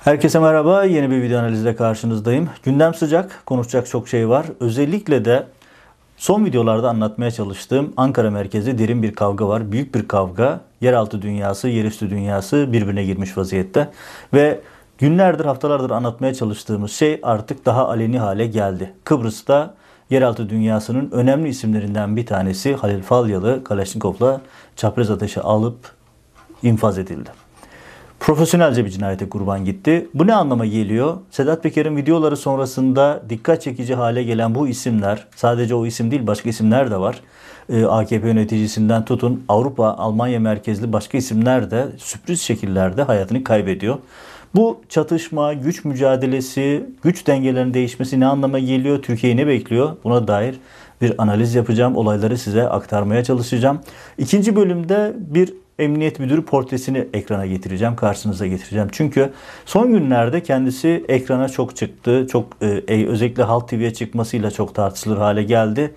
Herkese merhaba. Yeni bir video analizle karşınızdayım. Gündem sıcak. Konuşacak çok şey var. Özellikle de son videolarda anlatmaya çalıştığım Ankara merkezli derin bir kavga var. Büyük bir kavga. Yeraltı dünyası, yerüstü dünyası birbirine girmiş vaziyette. Ve günlerdir, haftalardır anlatmaya çalıştığımız şey artık daha aleni hale geldi. Kıbrıs'ta yeraltı dünyasının önemli isimlerinden bir tanesi Halil Falyalı, Kalaşnikov'la çapraz ateşe alıp infaz edildi. Profesyonelce bir cinayete kurban gitti. Bu ne anlama geliyor? Sedat Peker'in videoları sonrasında dikkat çekici hale gelen bu isimler, sadece o isim değil başka isimler de var. AKP yöneticisinden tutun Avrupa, Almanya merkezli başka isimler de sürpriz şekillerde hayatını kaybediyor. Bu çatışma, güç mücadelesi, güç dengelerinin değişmesi ne anlama geliyor? Türkiye'yi ne bekliyor? Buna dair bir analiz yapacağım. Olayları size aktarmaya çalışacağım. İkinci bölümde bir emniyet müdürü portresini ekrana getireceğim, karşınıza getireceğim. Çünkü son günlerde kendisi ekrana çok çıktı. Özellikle Halk TV'ye çıkmasıyla çok tartışılır hale geldi.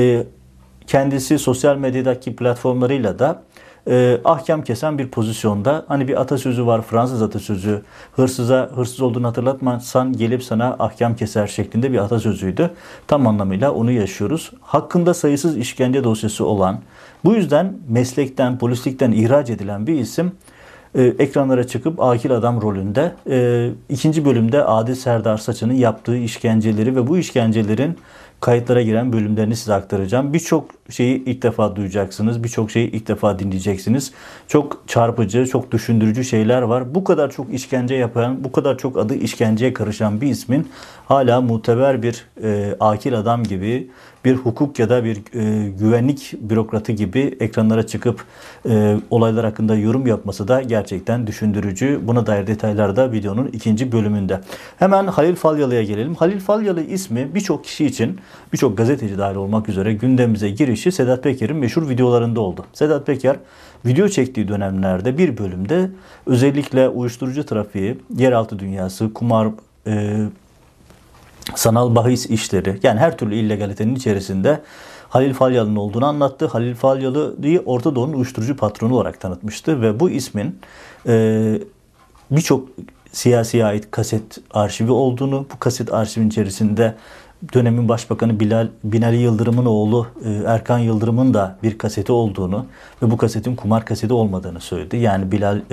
Kendisi sosyal medyadaki platformlarıyla da ahkam kesen bir pozisyonda. Hani bir atasözü var, Fransız atasözü. Hırsıza hırsız olduğunu hatırlatmazsan gelip sana ahkam keser şeklinde bir atasözüydü. Tam anlamıyla onu yaşıyoruz. Hakkında sayısız işkence dosyası olan, bu yüzden meslekten, polislikten ihraç edilen bir isim ekranlara çıkıp akil adam rolünde. İkinci bölümde Adil Serdar Saçı'nın yaptığı işkenceleri ve bu işkencelerin kayıtlara giren bölümlerini size aktaracağım. Birçok şeyi ilk defa duyacaksınız. Birçok şeyi ilk defa dinleyeceksiniz. Çok çarpıcı, çok düşündürücü şeyler var. Bu kadar çok işkence yapan, bu kadar çok adı işkenceye karışan bir ismin hala muteber bir akil adam gibi, bir hukuk ya da bir güvenlik bürokratı gibi ekranlara çıkıp olaylar hakkında yorum yapması da gerçekten düşündürücü. Buna dair detaylar da videonun ikinci bölümünde. Hemen Halil Falyalı'ya gelelim. Halil Falyalı ismi birçok kişi için, birçok gazeteci dahil olmak üzere gündemimize girişi Sedat Peker'in meşhur videolarında oldu. Sedat Peker video çektiği dönemlerde bir bölümde özellikle uyuşturucu trafiği, yeraltı dünyası, kumar, sanal bahis işleri, yani her türlü illegalitenin içerisinde Halil Falyalı'nın olduğunu anlattı. Halil Falyalı'yı Orta Doğu'nun uyuşturucu patronu olarak tanıtmıştı ve bu ismin birçok siyasiye ait kaset arşivi olduğunu, bu kaset arşivin içerisinde dönemin başbakanı Binali Yıldırım'ın oğlu Erkan Yıldırım'ın da bir kaseti olduğunu ve bu kasetin kumar kaseti olmadığını söyledi. Yani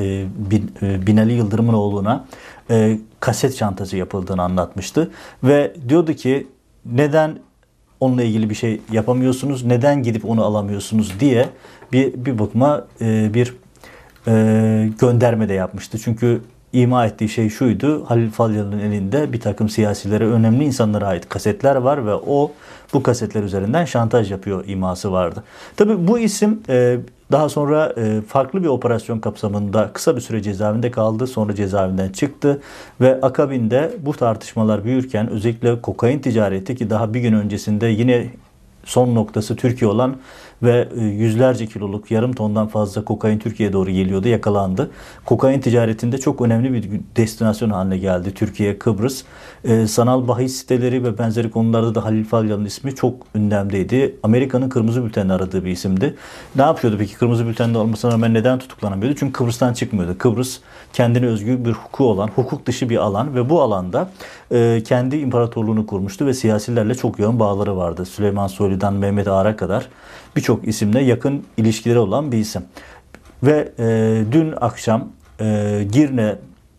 Binali Yıldırım'ın oğluna kaset çantası yapıldığını anlatmıştı. Ve diyordu ki neden onunla ilgili bir şey yapamıyorsunuz, neden gidip onu alamıyorsunuz diye bir bakıma bir gönderme de yapmıştı. Çünkü ima ettiği şey şuydu: Halil Falyalı'nın elinde bir takım siyasilere, önemli insanlara ait kasetler var ve o bu kasetler üzerinden şantaj yapıyor iması vardı. Tabii bu isim daha sonra farklı bir operasyon kapsamında kısa bir süre cezaevinde kaldı. Sonra cezaevinden çıktı ve akabinde bu tartışmalar büyürken özellikle kokain ticareti, ki daha bir gün öncesinde yine son noktası Türkiye olan ve yüzlerce kiloluk, yarım tondan fazla kokain Türkiye'ye doğru geliyordu, yakalandı. Kokain ticaretinde çok önemli bir destinasyon haline geldi Türkiye, Kıbrıs. Sanal bahis siteleri ve benzeri konularda da Halil Falyalı'nın ismi çok gündemdeydi. Amerika'nın kırmızı bültenini aradığı bir isimdi. Ne yapıyordu peki kırmızı bültende olmasına rağmen, neden tutuklanamıyordu? Çünkü Kıbrıs'tan çıkmıyordu. Kıbrıs kendine özgü bir hukuku olan, hukuk dışı bir alan ve bu alanda kendi imparatorluğunu kurmuştu ve siyasilerle çok yoğun bağları vardı. Süleyman Soylu'dan Mehmet Ağar'a kadar birçok isimle yakın ilişkileri olan bir isim. Ve dün akşam Girne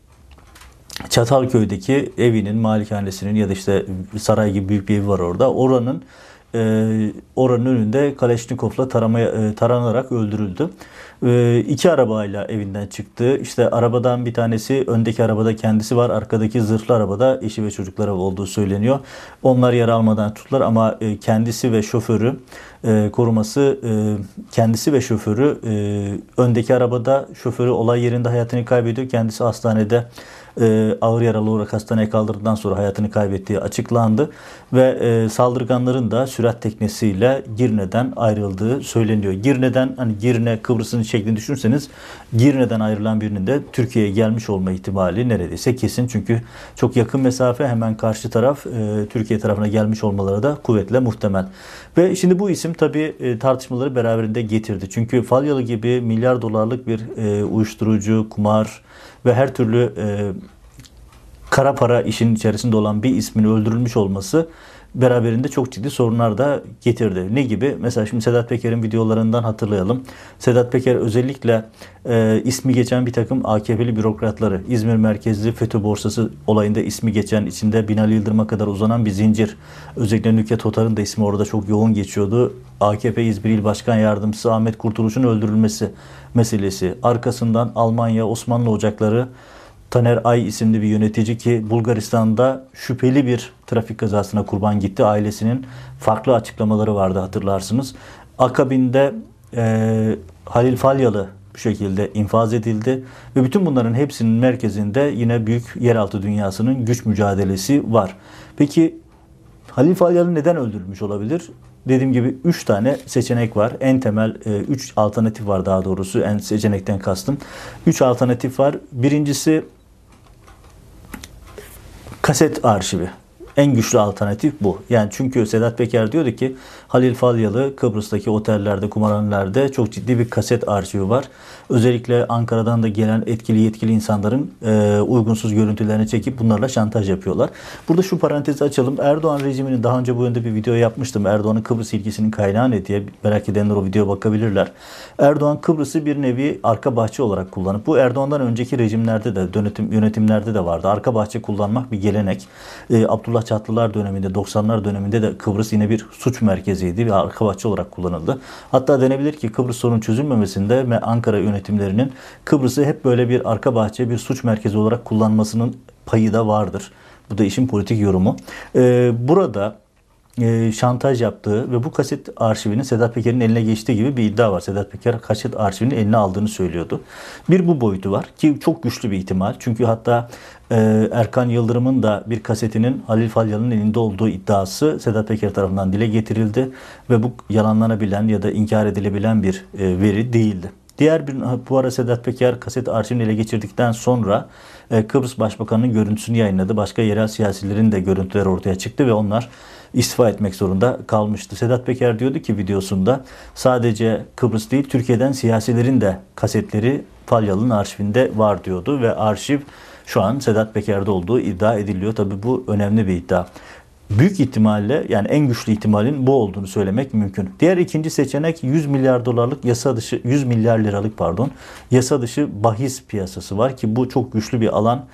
Çatalköy'deki evinin, malikanesinin ya da işte saray gibi büyük bir evi var orada. Oranın önünde Kalaşnikov'la taranarak öldürüldü. İki arabayla evinden çıktı. İşte arabadan bir tanesi, öndeki arabada kendisi var. Arkadaki zırhlı arabada eşi ve çocukları olduğu söyleniyor. Onlar yara almadan tuttular ama kendisi ve şoförü koruması, kendisi ve şoförü öndeki arabada, şoförü olay yerinde hayatını kaybediyor. Kendisi hastanede ağır yaralı olarak hastaneye kaldırdıktan sonra hayatını kaybettiği açıklandı ve saldırganların da sürat teknesiyle Girne'den ayrıldığı söyleniyor. Girne'den, hani Girne Kıbrıs'ın şeklini düşünürseniz, Girne'den ayrılan birinin de Türkiye'ye gelmiş olma ihtimali neredeyse kesin. Çünkü çok yakın mesafe, hemen karşı taraf, Türkiye tarafına gelmiş olmaları da kuvvetle muhtemel. Ve şimdi bu isim tabii tartışmaları beraberinde getirdi. Çünkü Falyalı gibi milyar dolarlık bir uyuşturucu, kumar ve her türlü kara para işin içerisinde olan bir ismin öldürülmüş olması beraberinde çok ciddi sorunlar da getirdi. Ne gibi? Mesela şimdi Sedat Peker'in videolarından hatırlayalım. Sedat Peker özellikle ismi geçen bir takım AKP'li bürokratları, İzmir merkezli FETÖ borsası olayında ismi geçen, içinde Binali Yıldırım'a kadar uzanan bir zincir. Özellikle Nükhet Otar'ın da ismi orada çok yoğun geçiyordu. AKP İzmir İl Başkan Yardımcısı Ahmet Kurtuluş'un öldürülmesi meselesi. Arkasından Almanya Osmanlı Ocakları Taner Ay isimli bir yönetici ki Bulgaristan'da şüpheli bir trafik kazasına kurban gitti. Ailesinin farklı açıklamaları vardı, hatırlarsınız. Akabinde Halil Falyalı bu şekilde infaz edildi ve bütün bunların hepsinin merkezinde yine büyük yeraltı dünyasının güç mücadelesi var. Peki Halil Falyalı neden öldürülmüş olabilir? Dediğim gibi 3 tane seçenek var. En temel 3 alternatif var daha doğrusu. En seçenekten kastım. 3 alternatif var. Birincisi kaset arşivi. En güçlü alternatif bu. Yani çünkü Sedat Peker diyordu ki Halil Falyalı Kıbrıs'taki otellerde, kumarhanelerde çok ciddi bir kaset arşivi var. Özellikle Ankara'dan da gelen etkili yetkili insanların uygunsuz görüntülerini çekip bunlarla şantaj yapıyorlar. Burada şu parantezi açalım. Erdoğan rejiminin daha önce bu yönde bir video yapmıştım. Erdoğan'ın Kıbrıs ilgisinin kaynağı ne diye merak edenler o videoya bakabilirler. Erdoğan Kıbrıs'ı bir nevi arka bahçe olarak kullanıp bu Erdoğan'dan önceki rejimlerde de yönetimlerde de vardı. Arka bahçe kullanmak bir gelenek. Abdullah Çatlılar döneminde, 90'lar döneminde de Kıbrıs yine bir suç merkeziydi ve arka bahçe olarak kullanıldı. Hatta denebilir ki Kıbrıs sorunun çözülmemesinde ve Ankara yönetimlerinin Kıbrıs'ı hep böyle bir arka bahçe, bir suç merkezi olarak kullanmasının payı da vardır. Bu da işin politik yorumu. Burada şantaj yaptığı ve bu kaset arşivinin Sedat Peker'in eline geçtiği gibi bir iddia var. Sedat Peker kaset arşivini eline aldığını söylüyordu. Bir bu boyutu var ki çok güçlü bir ihtimal. Çünkü hatta Erkan Yıldırım'ın da bir kasetinin Halil Falyalı'nın elinde olduğu iddiası Sedat Peker tarafından dile getirildi ve bu yalanlanabilen ya da inkar edilebilen bir veri değildi. Bu ara Sedat Peker kaset arşivini ele geçirdikten sonra Kıbrıs Başbakanı'nın görüntüsünü yayınladı. Başka yerel siyasilerin de görüntüleri ortaya çıktı ve onlar istifa etmek zorunda kalmıştı. Sedat Peker diyordu ki videosunda sadece Kıbrıs değil Türkiye'den siyasilerin de kasetleri Falyalı'nın arşivinde var diyordu ve arşiv şu an Sedat Peker'de olduğu iddia ediliyor. Tabii bu önemli bir iddia. Büyük ihtimalle yani en güçlü ihtimalin bu olduğunu söylemek mümkün. Diğer ikinci seçenek 100 milyar dolarlık yasa dışı 100 milyar liralık yasa dışı bahis piyasası var ki bu çok güçlü bir alan.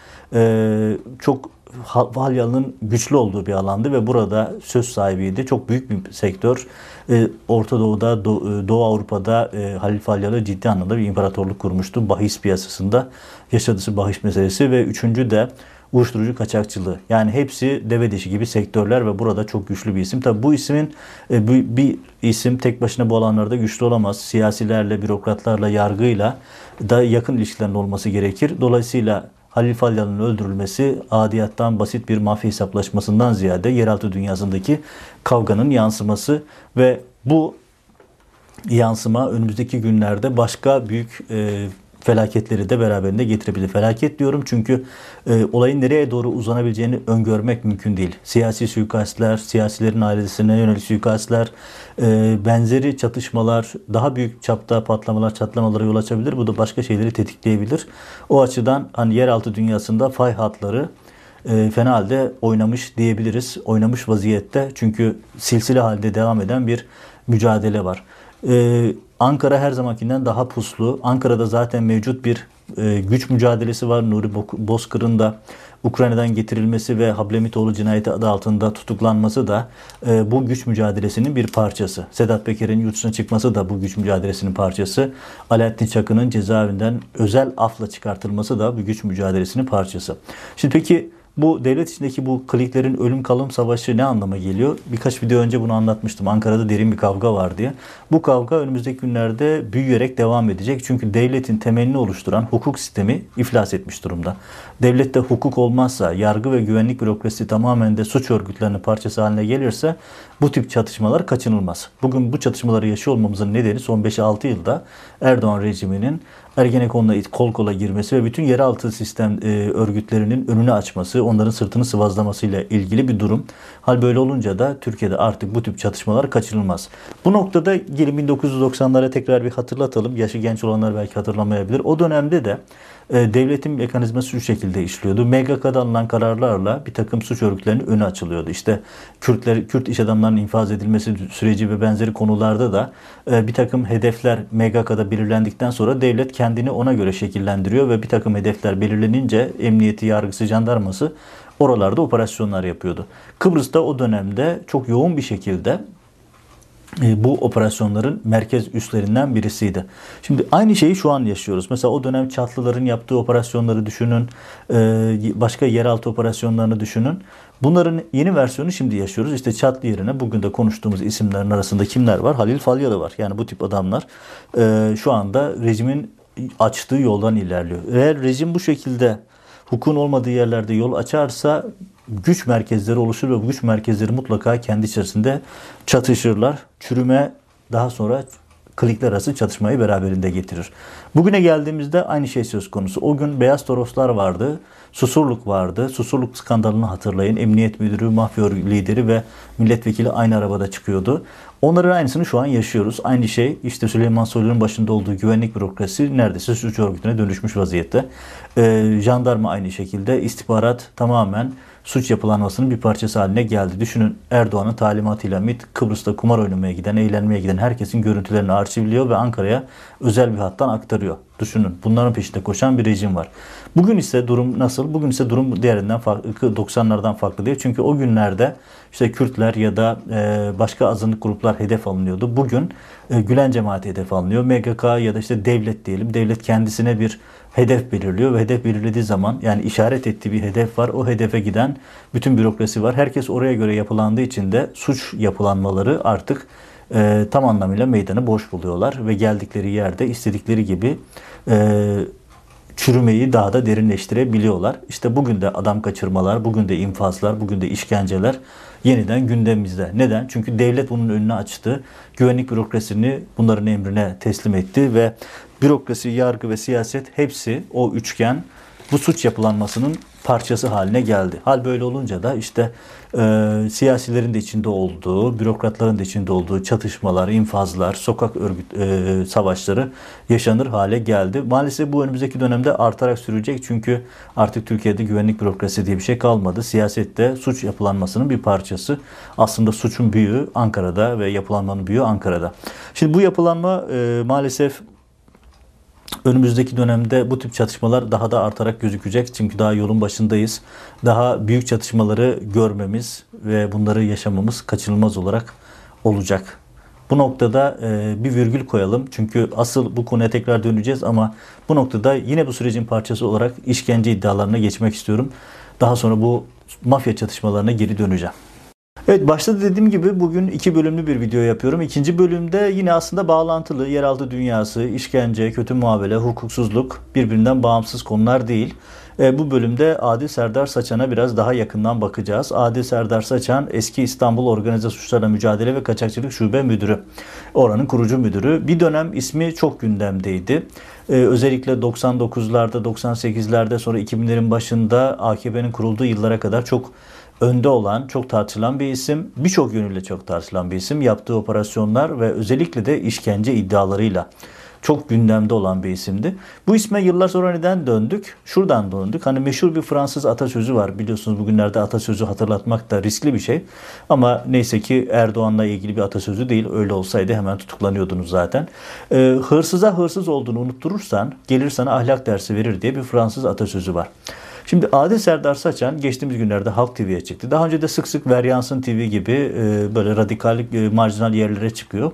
Çok Falyalı'nın güçlü olduğu bir alandı ve burada söz sahibiydi. Çok büyük bir sektör. Orta Doğu'da, Doğu Avrupa'da Halil Falyalı ciddi anlamda bir imparatorluk kurmuştu. Bahis piyasasında yaşadığı bahis meselesi ve üçüncü de uyuşturucu kaçakçılığı. Yani hepsi deve dişi gibi sektörler ve burada çok güçlü bir isim. Tabii bu ismin bir isim tek başına bu alanlarda güçlü olamaz. Siyasilerle, bürokratlarla, yargıyla da yakın ilişkilerin olması gerekir. Dolayısıyla Halil Falyalı'nın öldürülmesi adiyattan basit bir mafya hesaplaşmasından ziyade yeraltı dünyasındaki kavganın yansıması ve bu yansıma önümüzdeki günlerde başka büyük felaketleri de beraberinde getirebilir. Felaket diyorum çünkü olayın nereye doğru uzanabileceğini öngörmek mümkün değil. Siyasi suikastler, siyasilerin ailesine yönelik suikastler, benzeri çatışmalar, daha büyük çapta patlamalar, çatlamalara yol açabilir. Bu da başka şeyleri tetikleyebilir. O açıdan hani yeraltı dünyasında fay hatları fena halde oynamış diyebiliriz. Oynamış vaziyette çünkü silsile halde devam eden bir mücadele var. Ankara her zamankinden daha puslu. Ankara'da zaten mevcut bir güç mücadelesi var. Nuri Bozkır'ın da Ukrayna'dan getirilmesi ve Hablemitoğlu cinayeti adı altında tutuklanması da bu güç mücadelesinin bir parçası. Sedat Peker'in yurt dışına çıkması da bu güç mücadelesinin parçası. Alaaddin Çakı'nın cezaevinden özel afla çıkartılması da bu güç mücadelesinin parçası. Şimdi peki bu devlet içindeki bu kliklerin ölüm kalım savaşı ne anlama geliyor? Birkaç video önce bunu anlatmıştım. Ankara'da derin bir kavga var diye. Bu kavga önümüzdeki günlerde büyüyerek devam edecek. Çünkü devletin temelini oluşturan hukuk sistemi iflas etmiş durumda. Devlette hukuk olmazsa, yargı ve güvenlik bürokrasisi tamamen de suç örgütlerinin parçası haline gelirse bu tip çatışmalar kaçınılmaz. Bugün bu çatışmaları yaşıyor olmamızın nedeni son 5-6 yılda Erdoğan rejiminin Ergenekon'la kol kola girmesi ve bütün yeraltı sistem örgütlerinin önünü açması, onların sırtını sıvazlamasıyla ilgili bir durum. Hal böyle olunca da Türkiye'de artık bu tip çatışmalar kaçınılmaz. Bu noktada gelin 1990'lara tekrar bir hatırlatalım. Yaşı genç olanlar belki hatırlamayabilir. O dönemde de devletin mekanizması şu şekilde işliyordu. MGK'da alınan kararlarla bir takım suç örgütlerinin önü açılıyordu. İşte Kürt iş adamlarının infaz edilmesi süreci ve benzeri konularda da bir takım hedefler MGK'da belirlendikten sonra devlet kendini ona göre şekillendiriyor ve bir takım hedefler belirlenince emniyeti, yargısı, jandarması oralarda operasyonlar yapıyordu. Kıbrıs'ta o dönemde çok yoğun bir şekilde bu operasyonların merkez üslerinden birisiydi. Şimdi aynı şeyi şu an yaşıyoruz. Mesela o dönem Çatlıların yaptığı operasyonları düşünün. Başka yeraltı operasyonlarını düşünün. Bunların yeni versiyonu şimdi yaşıyoruz. İşte Çatlı yerine bugün de konuştuğumuz isimlerin arasında kimler var? Halil Falyalı var. Yani bu tip adamlar şu anda rejimin açtığı yoldan ilerliyor. Eğer rejim bu şekilde hukukun olmadığı yerlerde yol açarsa güç merkezleri oluşur ve bu güç merkezleri mutlaka kendi içerisinde çatışırlar. Çürüme daha sonra klikler arası çatışmayı beraberinde getirir. Bugüne geldiğimizde aynı şey söz konusu. O gün Beyaz Toroslar vardı, Susurluk vardı. Susurluk skandalını hatırlayın. Emniyet müdürü, mafya lideri ve milletvekili aynı arabada çıkıyordu. Onların aynısını şu an yaşıyoruz. Aynı şey işte Süleyman Soylu'nun başında olduğu güvenlik bürokrasi neredeyse suç örgütüne dönüşmüş vaziyette. Jandarma aynı şekilde, istihbarat tamamen suç yapılanmasının bir parçası haline geldi. Düşünün, Erdoğan'ın talimatıyla MİT Kıbrıs'ta kumar oynamaya giden, eğlenmeye giden herkesin görüntülerini arşivliyor ve Ankara'ya özel bir hattan aktarıyor. Düşünün, bunların peşinde koşan bir rejim var. Bugün ise durum nasıl? Bugün ise durum diğerinden farklı, 90'lardan farklı değil. Çünkü o günlerde işte Kürtler ya da başka azınlık gruplar hedef alınıyordu. Bugün Gülen cemaati hedef alınıyor. MGK ya da işte devlet diyelim. Devlet kendisine bir hedef belirliyor ve hedef belirlediği zaman, yani işaret ettiği bir hedef var. O hedefe giden bütün bürokrasi var. Herkes oraya göre yapılandığı için de suç yapılanmaları artık tam anlamıyla meydanı boş buluyorlar ve geldikleri yerde istedikleri gibi çürümeyi daha da derinleştirebiliyorlar. İşte bugün de adam kaçırmalar, bugün de infazlar, bugün de işkenceler yeniden gündemimizde. Neden? Çünkü devlet bunun önünü açtı. Güvenlik bürokrasisini bunların emrine teslim etti ve bürokrasi, yargı ve siyaset hepsi o üçgen bu suç yapılanmasının parçası haline geldi. Hal böyle olunca da işte siyasilerin de içinde olduğu, bürokratların da içinde olduğu çatışmalar, infazlar, sokak savaşları yaşanır hale geldi. Maalesef bu önümüzdeki dönemde artarak sürecek çünkü artık Türkiye'de güvenlik bürokrasi diye bir şey kalmadı. Siyasette suç yapılanmasının bir parçası. Aslında suçun büyüğü Ankara'da ve yapılanmanın büyüğü Ankara'da. Şimdi bu yapılanma maalesef önümüzdeki dönemde bu tip çatışmalar daha da artarak gözükecek. Çünkü daha yolun başındayız. Daha büyük çatışmaları görmemiz ve bunları yaşamamız kaçınılmaz olarak olacak. Bu noktada bir virgül koyalım. Çünkü asıl bu konuya tekrar döneceğiz ama bu noktada yine bu sürecin parçası olarak işkence iddialarına geçmek istiyorum. Daha sonra bu mafya çatışmalarına geri döneceğim. Evet, başta dediğim gibi bugün 2 bölümlü bir video yapıyorum. İkinci bölümde yine aslında bağlantılı yeraltı dünyası, işkence, kötü muamele, hukuksuzluk birbirinden bağımsız konular değil. Bu bölümde Adil Serdar Saçan'a biraz daha yakından bakacağız. Adil Serdar Saçan eski İstanbul Organize Suçlarla Mücadele ve Kaçakçılık Şube Müdürü. Oranın kurucu müdürü. Bir dönem ismi çok gündemdeydi. Özellikle 99'larda, 98'lerde sonra 2000'lerin başında AKP'nin kurulduğu yıllara kadar çok önde olan, çok tartışılan bir isim. Birçok yönüyle çok tartışılan bir isim. Yaptığı operasyonlar ve özellikle de işkence iddialarıyla çok gündemde olan bir isimdi. Bu isme yıllar sonra neden döndük? Şuradan döndük. Hani meşhur bir Fransız atasözü var. Biliyorsunuz bugünlerde atasözü hatırlatmak da riskli bir şey. Ama neyse ki Erdoğan'la ilgili bir atasözü değil. Öyle olsaydı hemen tutuklanıyordunuz zaten. Hırsıza hırsız olduğunu unutturursan gelir sana ahlak dersi verir diye bir Fransız atasözü var. Şimdi Adil Serdar Saçan geçtiğimiz günlerde Halk TV'ye çıktı. Daha önce de sık sık Veryansın TV gibi böyle radikal, marjinal yerlere çıkıyor.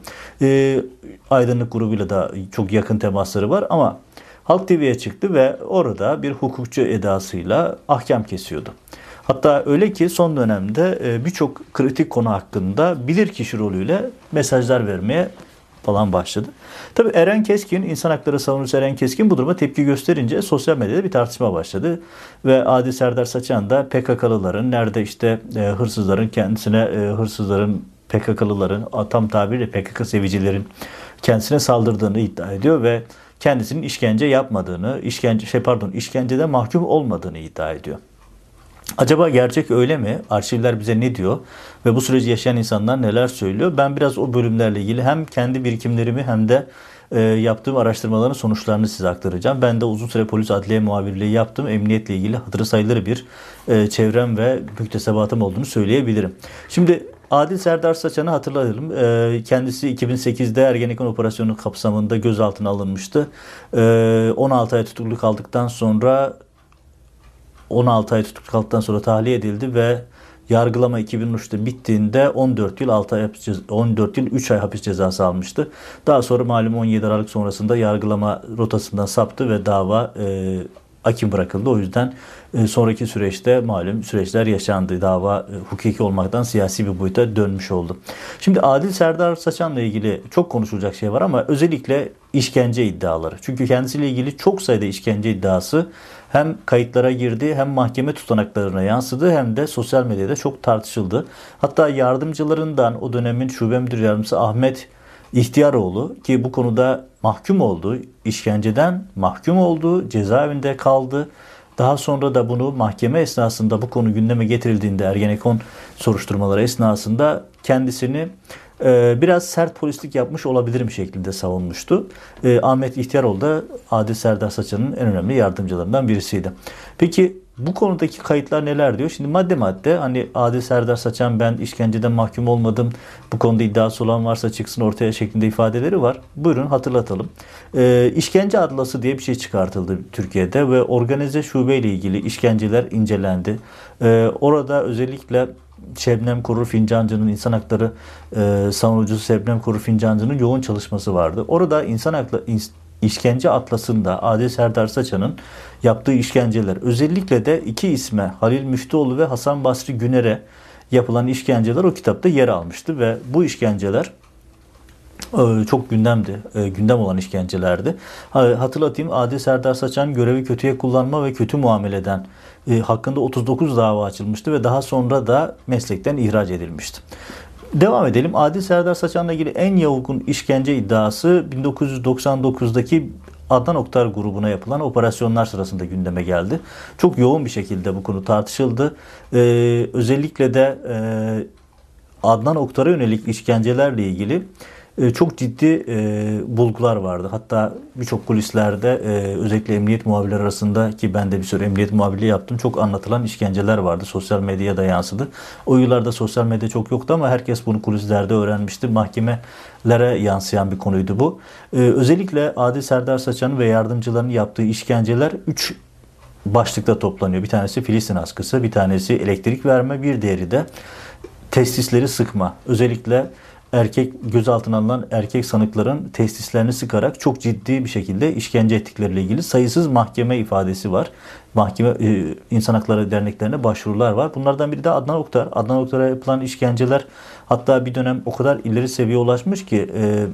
Aydınlık grubuyla da çok yakın temasları var ama Halk TV'ye çıktı ve orada bir hukukçu edasıyla ahkam kesiyordu. Hatta öyle ki son dönemde birçok kritik konu hakkında bilirkişi rolüyle mesajlar vermeye falan başladı. Tabii Eren Keskin, insan hakları savunucusu Eren Keskin bu duruma tepki gösterince sosyal medyada bir tartışma başladı. Ve Adil Serdar Saçan da PKK'lıların nerede işte hırsızların kendisine hırsızların PKK'lıların tam tabiriyle PKK sevicilerin kendisine saldırdığını iddia ediyor ve kendisinin işkence yapmadığını, işkenceden mahkum olmadığını iddia ediyor. Acaba gerçek öyle mi? Arşivler bize ne diyor? Ve bu süreci yaşayan insanlar neler söylüyor? Ben biraz o bölümlerle ilgili hem kendi birikimlerimi hem de yaptığım araştırmaların sonuçlarını size aktaracağım. Ben de uzun süre polis adliye muhabirliği yaptım. Emniyetle ilgili hatırı sayılır bir çevrem ve müktesebatım olduğunu söyleyebilirim. Şimdi Adil Serdar Saçan'ı hatırlayalım. Kendisi 2008'de Ergenekon operasyonu kapsamında gözaltına alınmıştı. 16 ay tutukluk aldıktan sonra 16 ay tutukluk kaldıktan sonra tahliye edildi ve yargılama 2013'te bittiğinde 14 yıl 3 ay hapis cezası almıştı. Daha sonra malum 17 Aralık sonrasında yargılama rotasından saptı ve dava akim bırakıldı. O yüzden sonraki süreçte malum süreçler yaşandı. Dava hukuki olmaktan siyasi bir boyuta dönmüş oldu. Şimdi Adil Serdar Saçan'la ilgili çok konuşulacak şey var ama özellikle işkence iddiaları. Çünkü kendisiyle ilgili çok sayıda işkence iddiası hem kayıtlara girdi, hem mahkeme tutanaklarına yansıdı, hem de sosyal medyada çok tartışıldı. Hatta yardımcılarından o dönemin şube müdür yardımcısı Ahmet İhtiyaroğlu, ki bu konuda mahkum oldu, işkenceden mahkum oldu, cezaevinde kaldı. Daha sonra da bunu mahkeme esnasında, bu konu gündeme getirildiğinde Ergenekon soruşturmaları esnasında kendisini biraz sert polislik yapmış olabilirim şeklinde savunmuştu. Ahmet İhtiyaroğlu da Adil Serdar Saçan'ın en önemli yardımcılarından birisiydi. Peki bu konudaki kayıtlar neler diyor? Şimdi madde madde hani Adil Serdar Saçan ben işkenceden mahkum olmadım, bu konuda iddiası olan varsa çıksın ortaya şeklinde ifadeleri var. Buyurun hatırlatalım. İşkence adlası diye bir şey çıkartıldı Türkiye'de ve organize şube ile ilgili işkenceler incelendi. Orada özellikle Şebnem Korur Fincancı'nın, insan hakları savunucusu Şebnem Korur Fincancı'nın yoğun çalışması vardı. Orada işkence atlasında Adil Serdar Saçan'ın yaptığı işkenceler, özellikle de iki isme Halil Müftüoğlu ve Hasan Basri Güner'e yapılan işkenceler o kitapta yer almıştı ve bu işkenceler çok gündemdi. Gündem olan işkencelerdi. Hatırlatayım, Adil Serdar Saçan görevi kötüye kullanma ve kötü muameleden hakkında 39 dava açılmıştı ve daha sonra da meslekten ihraç edilmişti. Devam edelim. Adil Serdar Saçan'la ilgili en yaygın işkence iddiası 1999'daki Adnan Oktar grubuna yapılan operasyonlar sırasında gündeme geldi. Çok yoğun bir şekilde bu konu tartışıldı. Özellikle de Adnan Oktar'a yönelik işkencelerle ilgili çok ciddi bulgular vardı. Hatta birçok kulislerde özellikle emniyet muhabirleri arasında, ki ben de bir süre emniyet muhabirliği yaptım, çok anlatılan işkenceler vardı. Sosyal medyaya da yansıdı. O yıllarda sosyal medya çok yoktu ama herkes bunu kulislerde öğrenmişti. Mahkemelere yansıyan bir konuydu bu. Özellikle Adil Serdar Saçan'ın ve yardımcılarının yaptığı işkenceler 3 başlıkta toplanıyor. Bir tanesi Filistin askısı, bir tanesi elektrik verme, bir diğeri de testisleri sıkma. Özellikle gözaltına alınan erkek sanıkların testislerini sıkarak çok ciddi bir şekilde işkence ettikleriyle ilgili sayısız mahkeme ifadesi var. Mahkeme İnsan Hakları derneklerine başvurular var. Bunlardan biri de Adnan Oktar. Adnan Oktar'a yapılan işkenceler hatta bir dönem o kadar ileri seviyeye ulaşmış ki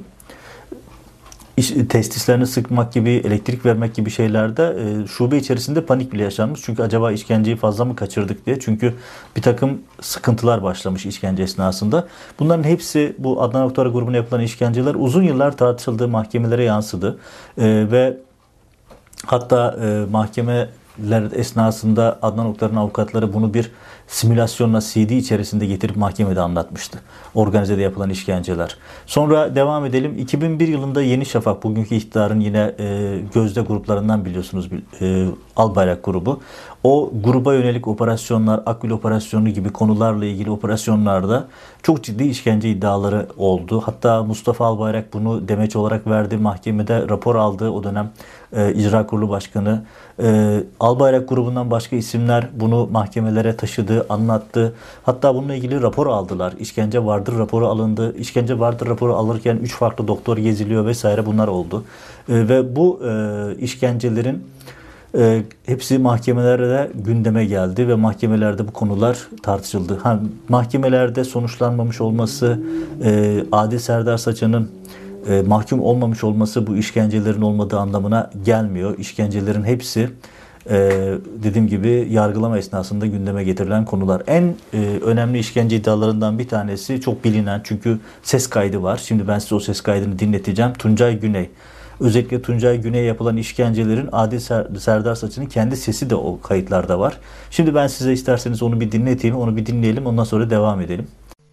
testislerini sıkmak gibi, elektrik vermek gibi şeylerde şube içerisinde panik bile yaşanmış. Çünkü acaba işkenceyi fazla mı kaçırdık diye. Çünkü bir takım sıkıntılar başlamış işkence esnasında. Bunların hepsi, bu Adnan Oktar grubuna yapılan işkenceler uzun yıllar tartışıldığı mahkemelere yansıdı. Ve hatta mahkemeler esnasında Adnan Oktar'ın avukatları bunu bir simülasyonla CD içerisinde getirip mahkemede anlatmıştı. Organizede yapılan işkenceler. Sonra devam edelim. 2001 yılında Yeni Şafak, bugünkü iktidarın yine gözde gruplarından biliyorsunuz, Albayrak grubu. O gruba yönelik operasyonlar, Akbil operasyonu gibi konularla ilgili operasyonlarda çok ciddi işkence iddiaları oldu. Hatta Mustafa Albayrak bunu demeç olarak verdi. Mahkemede rapor aldı. O dönem İcra Kurulu Başkanı. Albayrak grubundan başka isimler bunu mahkemelere taşıdı, anlattı. Hatta bununla ilgili rapor aldılar. İşkence vardır raporu alındı. İşkence vardır raporu alırken 3 farklı doktor geziliyor vesaire, bunlar oldu. Ve bu işkencelerin hepsi mahkemelerde gündeme geldi ve mahkemelerde bu konular tartışıldı. Mahkemelerde sonuçlanmamış olması, Adil Serdar Saçan'ın mahkum olmamış olması bu işkencelerin olmadığı anlamına gelmiyor. İşkencelerin hepsi dediğim gibi yargılama esnasında gündeme getirilen konular. En önemli işkence iddialarından bir tanesi çok bilinen, çünkü ses kaydı var. Şimdi ben size o ses kaydını dinleteceğim. Tuncay Güney, Özellikle Tuncay Güney'e yapılan işkencelerin Adil Serdar Saçan'ın kendi sesi de o kayıtlarda var. Şimdi ben size isterseniz onu bir dinleteyim, onu bir dinleyelim, ondan sonra devam edelim.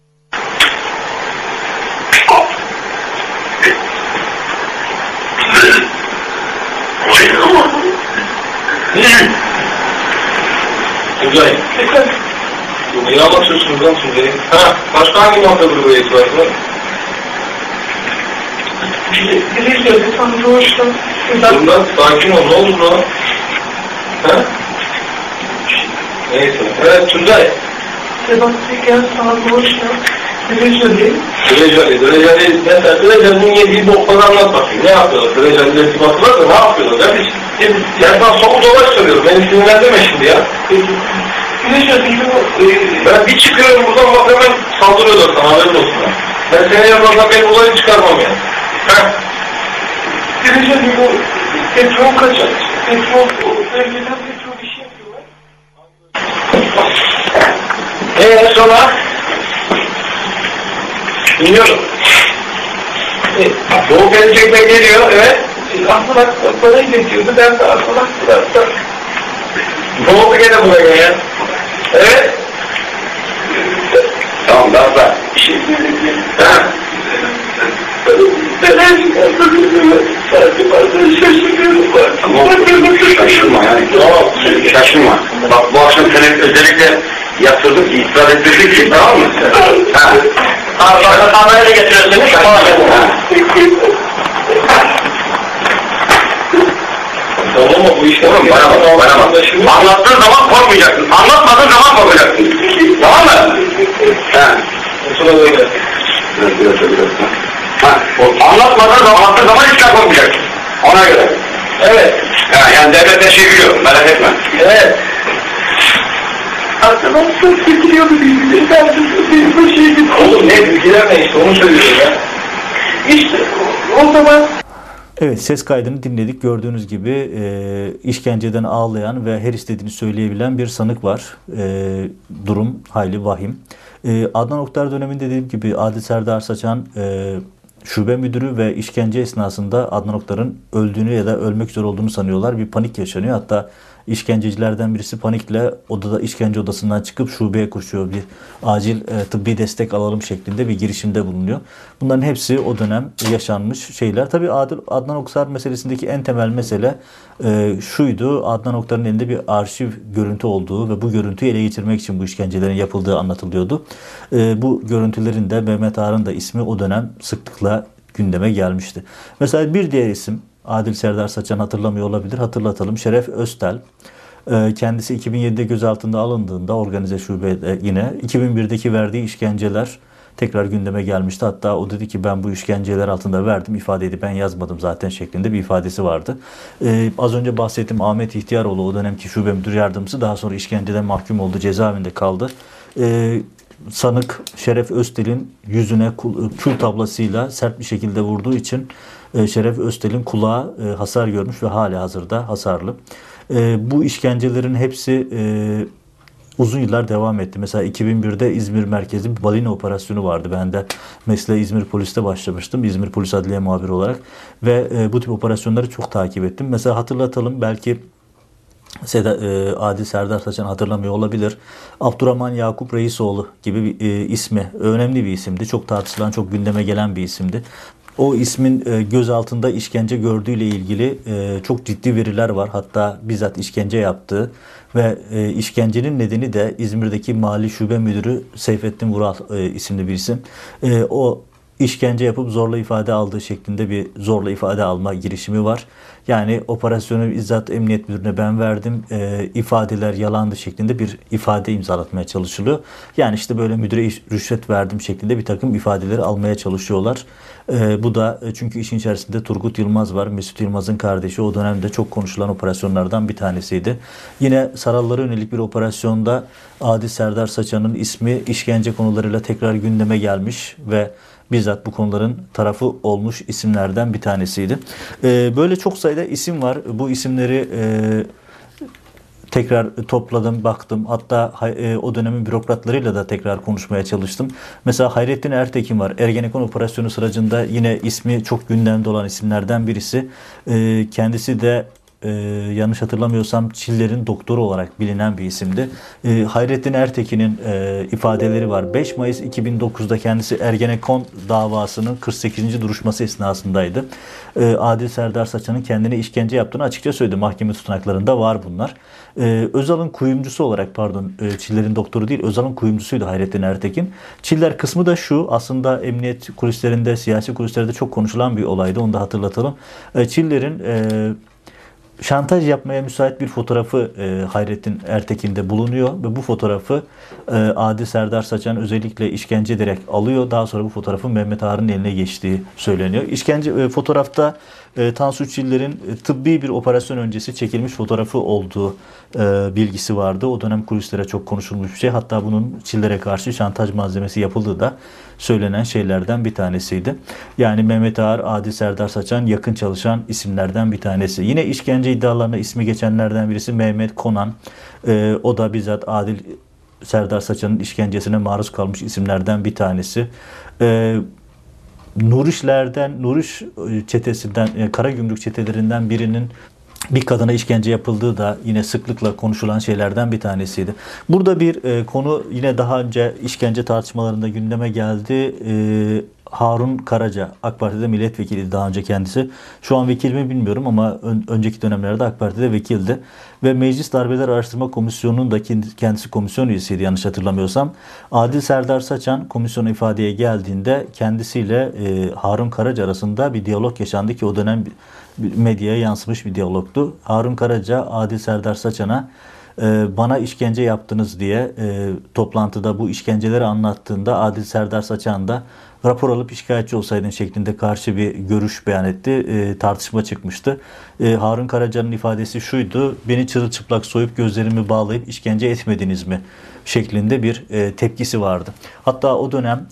Tuncay. Niye anlatıyorsunuz lan Tuncay'ı? Ha, başka hangi mafya grubu üyesi var? Biri söyledi, tam doğuştum. Bundan sakin ol, ne oldu lan? Ha? Neyse. Evet Tuncay. Sedat Teker, tam doğuştum. Biri söyledi. Drejal'in yediği bokları anlat bakayım. Ne yapıyorlar? Drejal'in irtibatı var da ne yapıyorlar? Yani ben soğuk dolaş soruyorum. Beni sinirlendirme şimdi ya. Biri söyledi. Ben bir çıkıyorum buradan bak hemen saldırıyorlar sana, haberin olsun. Ben senin yanından benim olayı çıkarmam yani. Ha? Biri söyledi, bu petrol kaçak. Petrol, bölgeden petrol işi yapıyorlar. Sonra? Dinliyorum. Doğu beni çekmeye geliyor, evet. Aklıma parayı getiriyordu, ben de aklıma bıraktım. Ne oldu gene buraya ya? Evet. Tamam, daha da. Bir şey söyledi. Ha? Ben her şeyi anlatıyorum. Sadece bazen şaşırıyorum. Ama şaşırma yani. Tamam. Şaşırma. Bak bu akşam seni özellikle yatırdık, itiraz ettirdik ki, tamam mı? Ha. Bak kamerayı da getiriyorsun değil mi? Tamam mı bu işte? Oğlum bana bak. Anlattığın zaman korkmayacaksın. Anlatmadığın zaman korkacaksın. Tamam mı? Ha. Sonra böyle. Biraz. Ha. Anlattığın zaman hiç korkmayacaksın. Ona göre. Evet. Ha, yani devlet şey biliyor, merak etme. Evet. Aklıma çok getiriyordu bilgileri. Ben de benim bu şeydi. Oğlum ne bilgiler ne işte onu söylüyorum ya. İşte o zaman Evet, ses kaydını dinledik. Gördüğünüz gibi işkenceden ağlayan ve her istediğini söyleyebilen bir sanık var. Durum hayli vahim. Adnan Oktar döneminde dediğim gibi Adil Serdar Saçan şube müdürü ve işkence esnasında Adnan Oktar'ın öldüğünü ya da ölmek üzere olduğunu sanıyorlar. Bir panik yaşanıyor. Hatta işkencecilerden birisi panikle işkence odasından çıkıp şubeye koşuyor. Bir acil tıbbi destek alalım şeklinde bir girişimde bulunuyor. Bunların hepsi o dönem yaşanmış şeyler. Tabii Adnan Oktar meselesindeki en temel mesele şuydu. Adnan Oktar'ın elinde bir arşiv görüntü olduğu ve bu görüntüyü ele geçirmek için bu işkencelerin yapıldığı anlatılıyordu. Bu görüntülerin de Mehmet Ağar'ın da ismi o dönem sıklıkla gündeme gelmişti. Mesela bir diğer isim Adil Serdar Saçan hatırlamıyor olabilir. Hatırlatalım. Şeref Öztel. Kendisi 2007'de gözaltında alındığında organize şubede yine 2001'deki verdiği işkenceler tekrar gündeme gelmişti. Hatta o dedi ki ben bu işkenceler altında verdim ifadeyi ben yazmadım zaten şeklinde bir ifadesi vardı. Az önce bahsettiğim Ahmet İhtiyaroğlu o dönemki şube müdür yardımcısı daha sonra işkenceden mahkum oldu. Cezaevinde kaldı. Sanık Şeref Öztel'in yüzüne kül tablasıyla sert bir şekilde vurduğu için Şeref Öztel'in kulağı hasar görmüş ve hala hazırda hasarlı. Bu işkencelerin hepsi uzun yıllar devam etti. Mesela 2001'de İzmir merkezli bir balina operasyonu vardı. Ben de mesleğe İzmir Polis'te başlamıştım. İzmir Polis Adliye Muhabiri olarak. Ve bu tip operasyonları çok takip ettim. Mesela hatırlatalım belki Adil Serdar Saçan hatırlamıyor olabilir. Abdurrahman Yakup Reisoğlu gibi bir ismi önemli bir isimdi. Çok tartışılan, çok gündeme gelen bir isimdi. O ismin gözaltında işkence gördüğüyle ilgili çok ciddi veriler var. Hatta bizzat işkence yaptığı ve işkencenin nedeni de İzmir'deki Mali Şube Müdürü Seyfettin Vural isimli bir isim. O işkence yapıp zorla ifade aldığı şeklinde bir zorla ifade alma girişimi var. Yani operasyonu bizzat emniyet müdürüne ben verdim, ifadeler yalandı şeklinde bir ifade imzalatmaya çalışılıyor. Yani işte böyle müdüre rüşvet verdim şeklinde bir takım ifadeleri almaya çalışıyorlar. Bu da çünkü işin içerisinde Turgut Yılmaz var. Mesut Yılmaz'ın kardeşi o dönemde çok konuşulan operasyonlardan bir tanesiydi. Yine Sarallara yönelik bir operasyonda Adil Serdar Saçan'ın ismi işkence konularıyla tekrar gündeme gelmiş ve bizzat bu konuların tarafı olmuş isimlerden bir tanesiydi. Böyle çok sayıda isim var. Bu isimleri tekrar topladım, baktım. Hatta o dönemin bürokratlarıyla da tekrar konuşmaya çalıştım. Mesela Hayrettin Ertekin var. Ergenekon operasyonu sırasında yine ismi çok gündemde olan isimlerden birisi. Kendisi de yanlış hatırlamıyorsam Çiller'in doktoru olarak bilinen bir isimdi. Hayrettin Ertekin'in ifadeleri var. 5 Mayıs 2009'da kendisi Ergenekon davasının 48. duruşması esnasındaydı. Adil Serdar Saçan'ın kendine işkence yaptığını açıkça söyledi. Mahkeme tutanaklarında var bunlar. Özal'ın kuyumcusu olarak, Çiller'in doktoru değil, Özal'ın kuyumcusuydu Hayrettin Ertekin. Çiller kısmı da şu, aslında emniyet kulislerinde, siyasi kulislerde çok konuşulan bir olaydı. Onu da hatırlatalım. Çiller'in şantaj yapmaya müsait bir fotoğrafı Hayrettin Ertekin'de bulunuyor ve bu fotoğrafı Adil Serdar Saçan özellikle işkence ederek alıyor. Daha sonra bu fotoğrafın Mehmet Ağar'ın eline geçtiği söyleniyor. Fotoğrafta Tansu Çiller'in tıbbi bir operasyon öncesi çekilmiş fotoğrafı olduğu bilgisi vardı. O dönem kulislere çok konuşulmuş bir şey. Hatta bunun Çiller'e karşı şantaj malzemesi yapıldığı da söylenen şeylerden bir tanesiydi. Yani Mehmet Ağar, Adil Serdar Saçan yakın çalışan isimlerden bir tanesi. Yine işkence iddialarına ismi geçenlerden birisi Mehmet Konan. O da bizzat Adil Serdar Saçan'ın işkencesine maruz kalmış isimlerden bir tanesi. Nuriş çetesinden, Karagümrük çetelerinden birinin bir kadına işkence yapıldığı da yine sıklıkla konuşulan şeylerden bir tanesiydi. Burada bir konu yine daha önce işkence tartışmalarında gündeme geldi. Harun Karaca, AK Parti'de milletvekili daha önce kendisi. Şu an vekil mi bilmiyorum ama önceki dönemlerde AK Parti'de vekildi. Ve Meclis Darbeler Araştırma Komisyonu'nun da kendisi komisyon üyesiydi yanlış hatırlamıyorsam. Adil Serdar Saçan komisyona ifadeye geldiğinde kendisiyle Harun Karaca arasında bir diyalog yaşandı ki o dönem medyaya yansımış bir diyalogtu. Harun Karaca, Adil Serdar Saçan'a bana işkence yaptınız diye toplantıda bu işkenceleri anlattığında Adil Serdar Saçan da rapor alıp şikayetçi olsaydın şeklinde karşı bir görüş beyan etti. Tartışma çıkmıştı. Harun Karaca'nın ifadesi şuydu: beni çırılçıplak soyup gözlerimi bağlayıp işkence etmediniz mi? Şeklinde bir tepkisi vardı. Hatta o dönem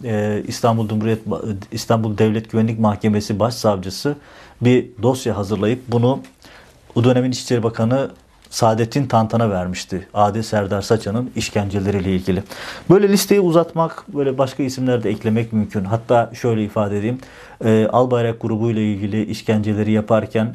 İstanbul Devlet Güvenlik Mahkemesi Başsavcısı bir dosya hazırlayıp bunu o dönemin İçişleri Bakanı Saadettin Tantan'a vermişti. Adil Serdar Saçan'ın işkenceleriyle ilgili. Böyle listeyi uzatmak, böyle başka isimler de eklemek mümkün. Hatta şöyle ifade edeyim. Albayrak grubu ile ilgili işkenceleri yaparken,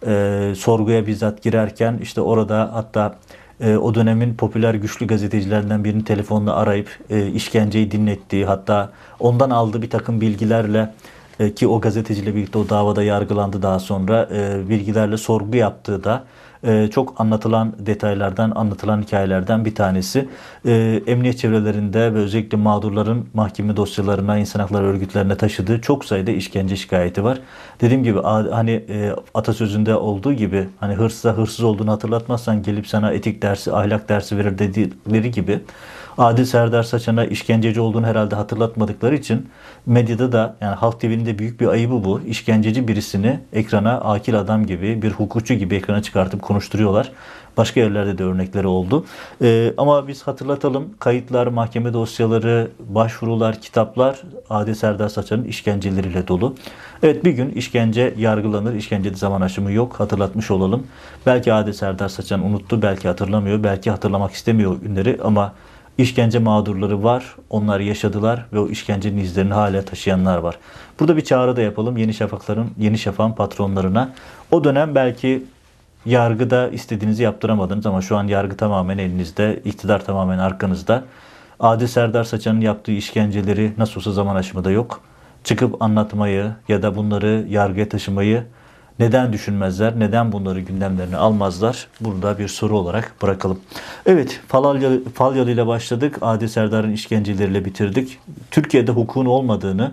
sorguya bizzat girerken, işte orada hatta o dönemin popüler güçlü gazetecilerinden birini telefonla arayıp işkenceyi dinlettiği, hatta ondan aldığı bir takım bilgilerle ki o gazeteciyle birlikte o davada yargılandı daha sonra, bilgilerle sorgu yaptığı da çok anlatılan detaylardan, anlatılan hikayelerden bir tanesi. Emniyet çevrelerinde ve özellikle mağdurların mahkeme dosyalarına, insan hakları örgütlerine taşıdığı çok sayıda işkence şikayeti var. Dediğim gibi hani atasözünde olduğu gibi, hani hırsıza hırsız olduğunu hatırlatmazsan gelip sana etik dersi, ahlak dersi verir dedikleri gibi, Adil Serdar Saçan'a işkenceci olduğunu herhalde hatırlatmadıkları için medyada da, yani Halk TV'nin de büyük bir ayıbı bu. İşkenceci birisini ekrana akil adam gibi, bir hukukçu gibi ekrana çıkartıp konuşturuyorlar. Başka yerlerde de örnekleri oldu. Ama biz hatırlatalım, kayıtlar, mahkeme dosyaları, başvurular, kitaplar Adil Serdar Saçan'ın işkenceleriyle dolu. Evet, bir gün işkence yargılanır. İşkencede zaman aşımı yok. Hatırlatmış olalım. Belki Adil Serdar Saçan unuttu, belki hatırlamıyor, belki hatırlamak istemiyor günleri ama İşkence mağdurları var. Onlar yaşadılar ve o işkencenin izlerini hala taşıyanlar var. Burada bir çağrı da yapalım Yeni Şafak'ın patronlarına. O dönem belki yargıda istediğinizi yaptıramadınız ama şu an yargı tamamen elinizde, iktidar tamamen arkanızda. Adil Serdar Saçan'ın yaptığı işkenceleri nasıl olsa zaman aşımı da yok. Çıkıp anlatmayı ya da bunları yargıya taşımayı neden düşünmezler? Neden bunları gündemlerine almazlar? Burada bir soru olarak bırakalım. Evet, Falyalı ile başladık. Adil Serdar'ın işkenceleriyle bitirdik. Türkiye'de hukukun olmadığını,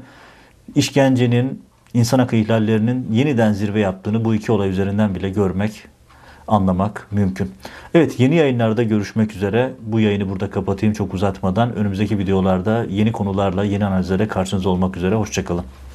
işkencenin, insan hakkı ihlallerinin yeniden zirve yaptığını bu iki olay üzerinden bile görmek, anlamak mümkün. Evet, yeni yayınlarda görüşmek üzere. Bu yayını burada kapatayım çok uzatmadan. Önümüzdeki videolarda yeni konularla, yeni analizlere karşınızda olmak üzere. Hoşçakalın.